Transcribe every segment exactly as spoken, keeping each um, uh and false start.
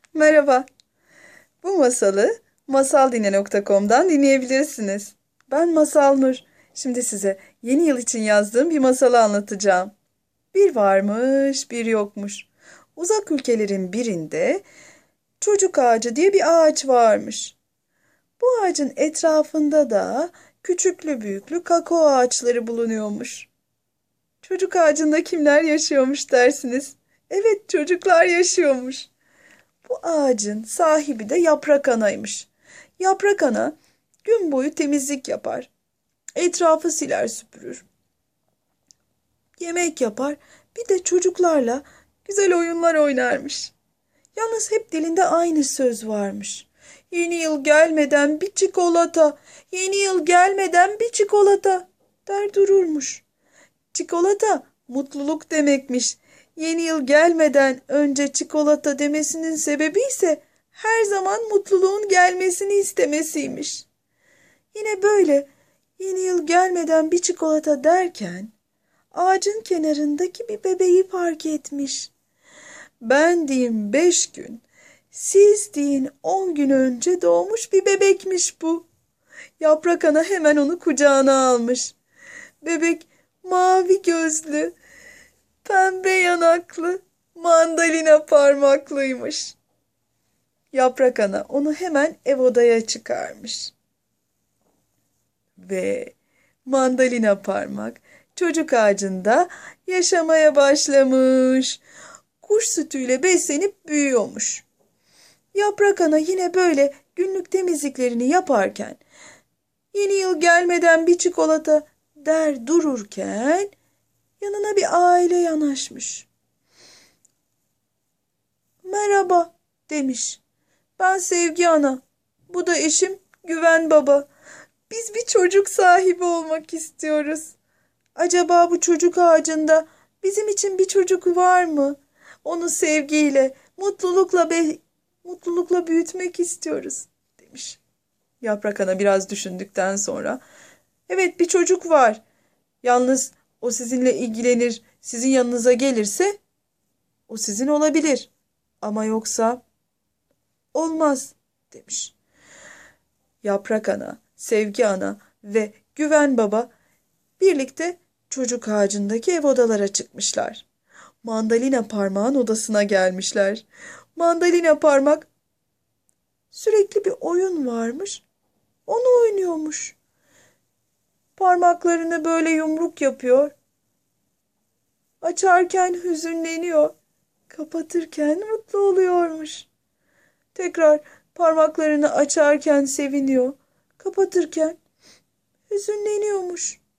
Merhaba. Bu masalı masaldine nokta com'dan dinleyebilirsiniz. Ben Masal Nur. Şimdi size yeni yıl için yazdığım bir masalı anlatacağım. Bir varmış, bir yokmuş. Uzak ülkelerin birinde çocuk ağacı diye bir ağaç varmış. Bu ağacın etrafında da küçüklü büyüklü kakao ağaçları bulunuyormuş. Çocuk ağacında kimler yaşıyormuş dersiniz? Evet, çocuklar yaşıyormuş. Bu ağacın sahibi de Yaprak Ana'ymış. Yaprak Ana gün boyu temizlik yapar. Etrafı siler süpürür. Yemek yapar. Bir de çocuklarla güzel oyunlar oynarmış. Yalnız hep dilinde aynı söz varmış. Yeni yıl gelmeden bir çikolata, yeni yıl gelmeden bir çikolata der dururmuş. Çikolata mutluluk demekmiş. Yeni yıl gelmeden önce çikolata demesinin sebebi ise her zaman mutluluğun gelmesini istemesiymiş. Yine böyle yeni yıl gelmeden bir çikolata derken ağacın kenarındaki bir bebeği fark etmiş. Ben diyeyim beş gün, siz deyin on gün önce doğmuş bir bebekmiş bu. Yaprak Ana hemen onu kucağına almış. Bebek mavi gözlü, pembe yanaklı, mandalina parmaklıymış. Yaprak Ana onu hemen ev odaya çıkarmış. Ve mandalina parmak çocuk ağacında yaşamaya başlamış. Kuş sütüyle beslenip büyüyormuş. Yaprak Ana yine böyle günlük temizliklerini yaparken, yeni yıl gelmeden bir çikolata der dururken, yanına bir aile yanaşmış. Merhaba demiş. Ben Sevgi Ana. Bu da eşim Güven Baba. Biz bir çocuk sahibi olmak istiyoruz. Acaba bu çocuk ağacında bizim için bir çocuk var mı? Onu sevgiyle, mutlulukla be mutlulukla büyütmek istiyoruz demiş. Yaprak Ana biraz düşündükten sonra, evet bir çocuk var. Yalnız o sizinle ilgilenir, sizin yanınıza gelirse o sizin olabilir. Ama yoksa olmaz demiş. Yaprak Ana, Sevgi Ana ve Güven Baba birlikte çocuk ağacındaki ev odalara çıkmışlar. Mandalina Parmak'ın odasına gelmişler. Mandalina Parmak sürekli bir oyun varmış. Onu oynuyormuş. Parmaklarını böyle yumruk yapıyor. Açarken hüzünleniyor. Kapatırken mutlu oluyormuş. Tekrar parmaklarını açarken seviniyor. Kapatırken hüzünleniyormuş.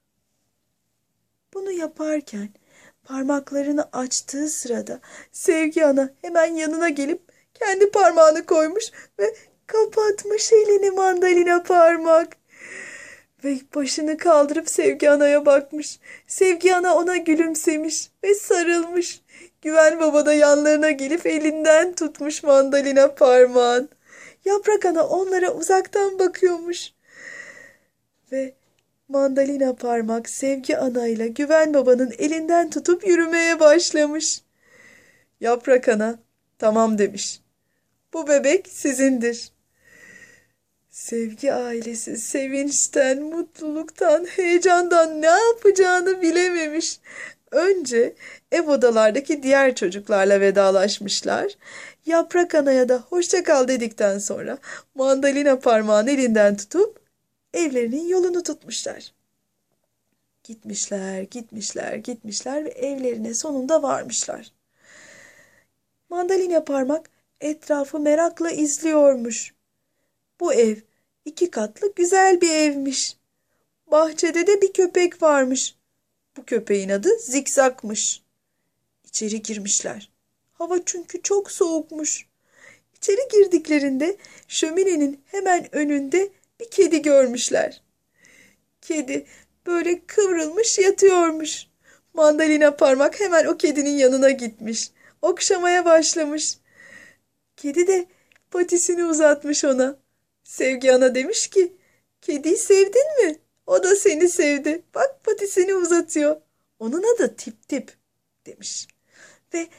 Bunu yaparken parmaklarını açtığı sırada Sevgi Ana hemen yanına gelip kendi parmağını koymuş ve kapatmış elini mandalina parmak. Ve başını kaldırıp Sevgi Ana'ya bakmış. Sevgi Ana ona gülümsemiş ve sarılmış. Güven Baba da yanlarına gelip elinden tutmuş mandalina parmağın. Yaprak Ana onlara uzaktan bakıyormuş. Ve mandalina parmak Sevgi Ana ile Güven Baba'nın elinden tutup yürümeye başlamış. Yaprak Ana tamam demiş. Bu bebek sizindir. Sevgi ailesi sevinçten, mutluluktan, heyecandan ne yapacağını bilememiş. Önce ev odalardaki diğer çocuklarla vedalaşmışlar. Yaprak Ana'ya da hoşça kal dedikten sonra mandalina parmağını elinden tutup evlerinin yolunu tutmuşlar. Gitmişler, gitmişler, gitmişler ve evlerine sonunda varmışlar. Mandalina parmak etrafı merakla izliyormuş. Bu ev iki katlı güzel bir evmiş. Bahçede de bir köpek varmış. Bu köpeğin adı Zikzak'mış. İçeri girmişler. Hava çünkü çok soğukmuş. İçeri girdiklerinde şöminenin hemen önünde bir kedi görmüşler. Kedi böyle kıvrılmış yatıyormuş. Mandalina parmak hemen o kedinin yanına gitmiş. Okşamaya başlamış. Kedi de patisini uzatmış ona. Sevgi Ana demiş ki, kediyi sevdin mi? O da seni sevdi. Bak patisini uzatıyor. Onun adı Tip Tip demiş. Ve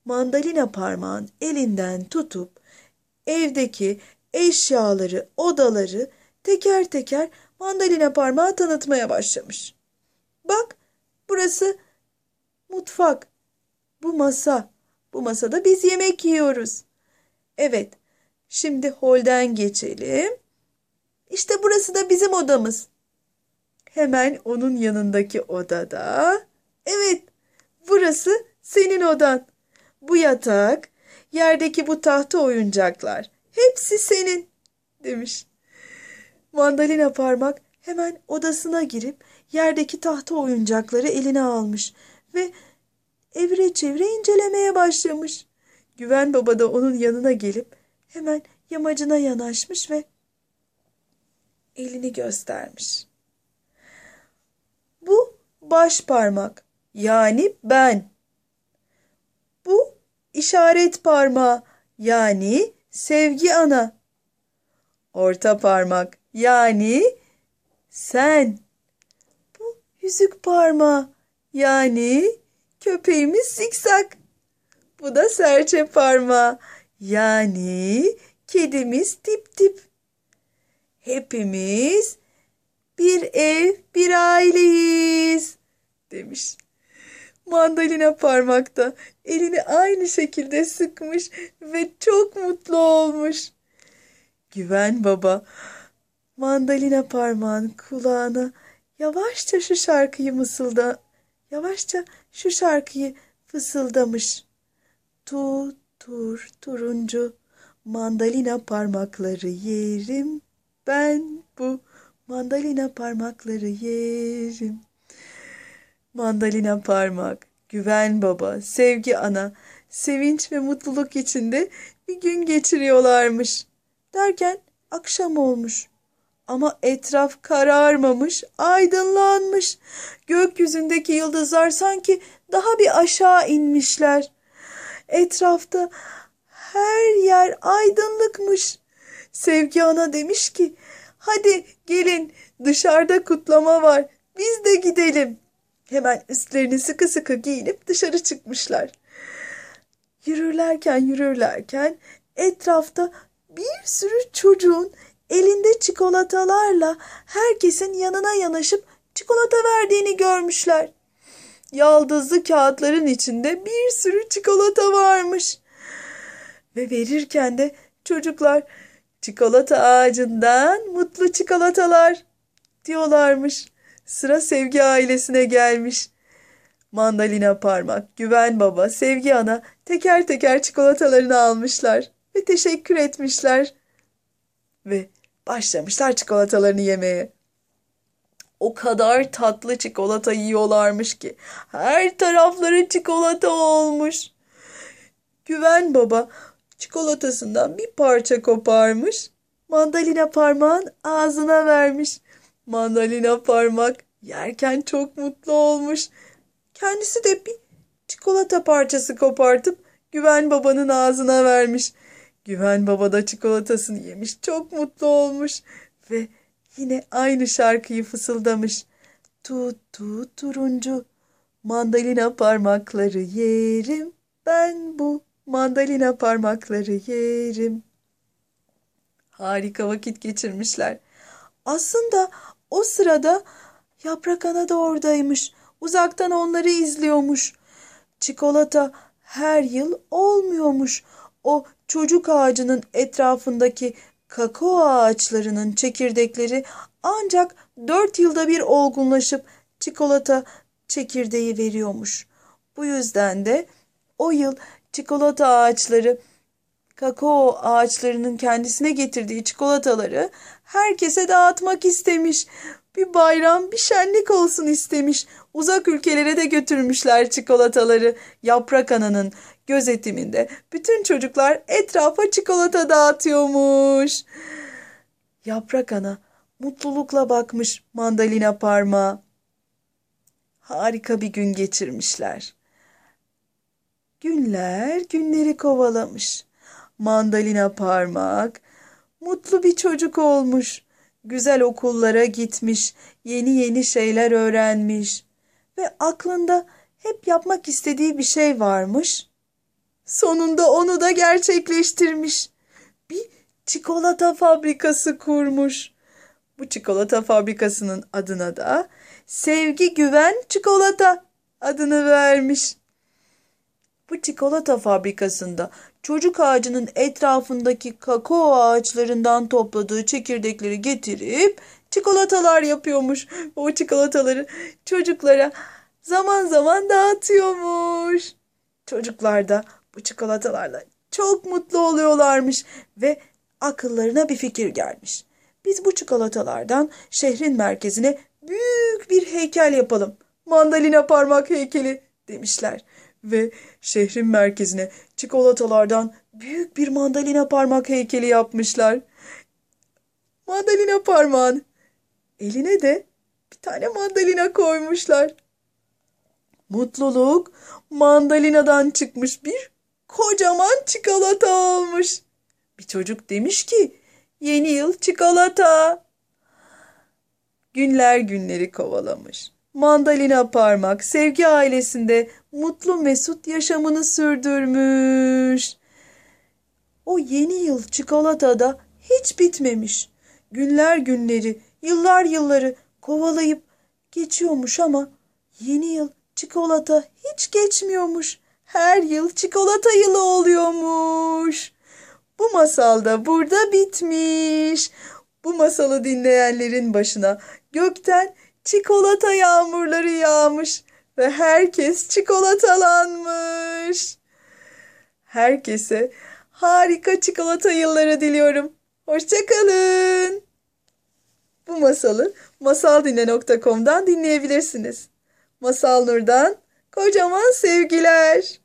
Mandalina Parmağın elinden tutup evdeki eşyaları, odaları teker teker Mandalina Parmağı tanıtmaya başlamış. Bak, burası mutfak, bu masa, bu masada biz yemek yiyoruz. Evet, şimdi holden geçelim. İşte burası da bizim odamız. Hemen onun yanındaki odada. Evet, burası senin odan. Bu yatak, yerdeki bu tahta oyuncaklar, hepsi senin, demiş. Mandalina Parmak hemen odasına girip yerdeki tahta oyuncakları eline almış ve evire çevire incelemeye başlamış. Güven Baba da onun yanına gelip hemen yamacına yanaşmış ve elini göstermiş. Bu baş parmak, yani ben. Bu işaret parmağı, yani Sevgi Ana. Orta parmak, yani sen. Bu yüzük parmağı, yani köpeğimiz Zikzak. Bu da serçe parmağı, yani kedimiz Tip Tip. Hepimiz bir ev, bir aileyiz, demiş. Mandalina Parmak da elini aynı şekilde sıkmış ve çok mutlu olmuş. Güven Baba Mandalina Parmağın kulağına yavaşça şu şarkıyı mısılda, yavaşça şu şarkıyı fısıldamış. Tu tur turuncu mandalina parmakları yerim, ben bu mandalina parmakları yerim. Mandalina Parmak, Güven Baba, Sevgi Ana, sevinç ve mutluluk içinde bir gün geçiriyorlarmış. Derken akşam olmuş. Ama etraf kararmamış, aydınlanmış. Gökyüzündeki yıldızlar sanki daha bir aşağı inmişler. Etrafta her yer aydınlıkmış. Sevgi Ana demiş ki, hadi gelin, dışarıda kutlama var, biz de gidelim. Hemen üstlerini sıkı sıkı giyinip dışarı çıkmışlar. Yürürlerken yürürlerken etrafta bir sürü çocuğun elinde çikolatalarla herkesin yanına yanaşıp çikolata verdiğini görmüşler. Yaldızlı kağıtların içinde bir sürü çikolata varmış. Ve verirken de çocuklar çikolata ağacından mutlu çikolatalar diyorlarmış. Sıra Sevgi ailesine gelmiş. Mandalina Parmak, Güven Baba, Sevgi Ana teker teker çikolatalarını almışlar ve teşekkür etmişler. Ve başlamışlar çikolatalarını yemeye. O kadar tatlı çikolata yiyorlarmış ki her tarafları çikolata olmuş. Güven Baba çikolatasından bir parça koparmış, Mandalina Parmağın ağzına vermiş. Mandalina Parmak yerken çok mutlu olmuş. Kendisi de bir çikolata parçası kopartıp Güven Baba'nın ağzına vermiş. Güven Baba da çikolatasını yemiş, çok mutlu olmuş ve yine aynı şarkıyı fısıldamış. Tut tut turuncu mandalina parmakları yerim, ben bu mandalina parmakları yerim. Harika vakit geçirmişler. Aslında o sırada Yaprak Ana da oradaymış. Uzaktan onları izliyormuş. Çikolata her yıl olmuyormuş. O çocuk ağacının etrafındaki kakao ağaçlarının çekirdekleri ancak dört yılda bir olgunlaşıp çikolata çekirdeği veriyormuş. Bu yüzden de o yıl çikolata ağaçları kakao ağaçlarının kendisine getirdiği çikolataları herkese dağıtmak istemiş. Bir bayram, bir şenlik olsun istemiş. Uzak ülkelere de götürmüşler çikolataları. Yaprak Ana'nın gözetiminde bütün çocuklar etrafa çikolata dağıtıyormuş. Yaprak Ana mutlulukla bakmış mandalina parmağı. Harika bir gün geçirmişler. Günler günleri kovalamış. Mandalina Parmak mutlu bir çocuk olmuş. Güzel okullara gitmiş, yeni yeni şeyler öğrenmiş ve aklında hep yapmak istediği bir şey varmış. Sonunda onu da gerçekleştirmiş. Bir çikolata fabrikası kurmuş. Bu çikolata fabrikasının adına da Sevgi Güven Çikolata adını vermiş. Bu çikolata fabrikasında çocuk ağacının etrafındaki kakao ağaçlarından topladığı çekirdekleri getirip çikolatalar yapıyormuş. O çikolataları çocuklara zaman zaman dağıtıyormuş. Çocuklar da bu çikolatalarla çok mutlu oluyorlarmış ve akıllarına bir fikir gelmiş. Biz bu çikolatalardan şehrin merkezine büyük bir heykel yapalım. Mandalina parmak heykeli demişler. Ve şehrin merkezine çikolatalardan büyük bir mandalina parmak heykeli yapmışlar. Mandalina parmağın eline de bir tane mandalina koymuşlar. Mutluluk mandalinadan çıkmış bir kocaman çikolata olmuş. Bir çocuk demiş ki, yeni yıl çikolata. Günler günleri kovalamış. Mandalina parmak Sevgi ailesinde mutlu mesut yaşamını sürdürmüş. O yeni yıl çikolata da hiç bitmemiş. Günler günleri, yıllar yılları kovalayıp geçiyormuş ama yeni yıl çikolata hiç geçmiyormuş. Her yıl çikolata yılı oluyormuş. Bu masal da burada bitmiş. Bu masalı dinleyenlerin başına gökten çikolata yağmurları yağmış ve herkes çikolatalanmış. Herkese harika çikolata yılları diliyorum. Hoşça kalın. Bu masalı masaldinle nokta com'dan dinleyebilirsiniz. Masal Nur'dan kocaman sevgiler.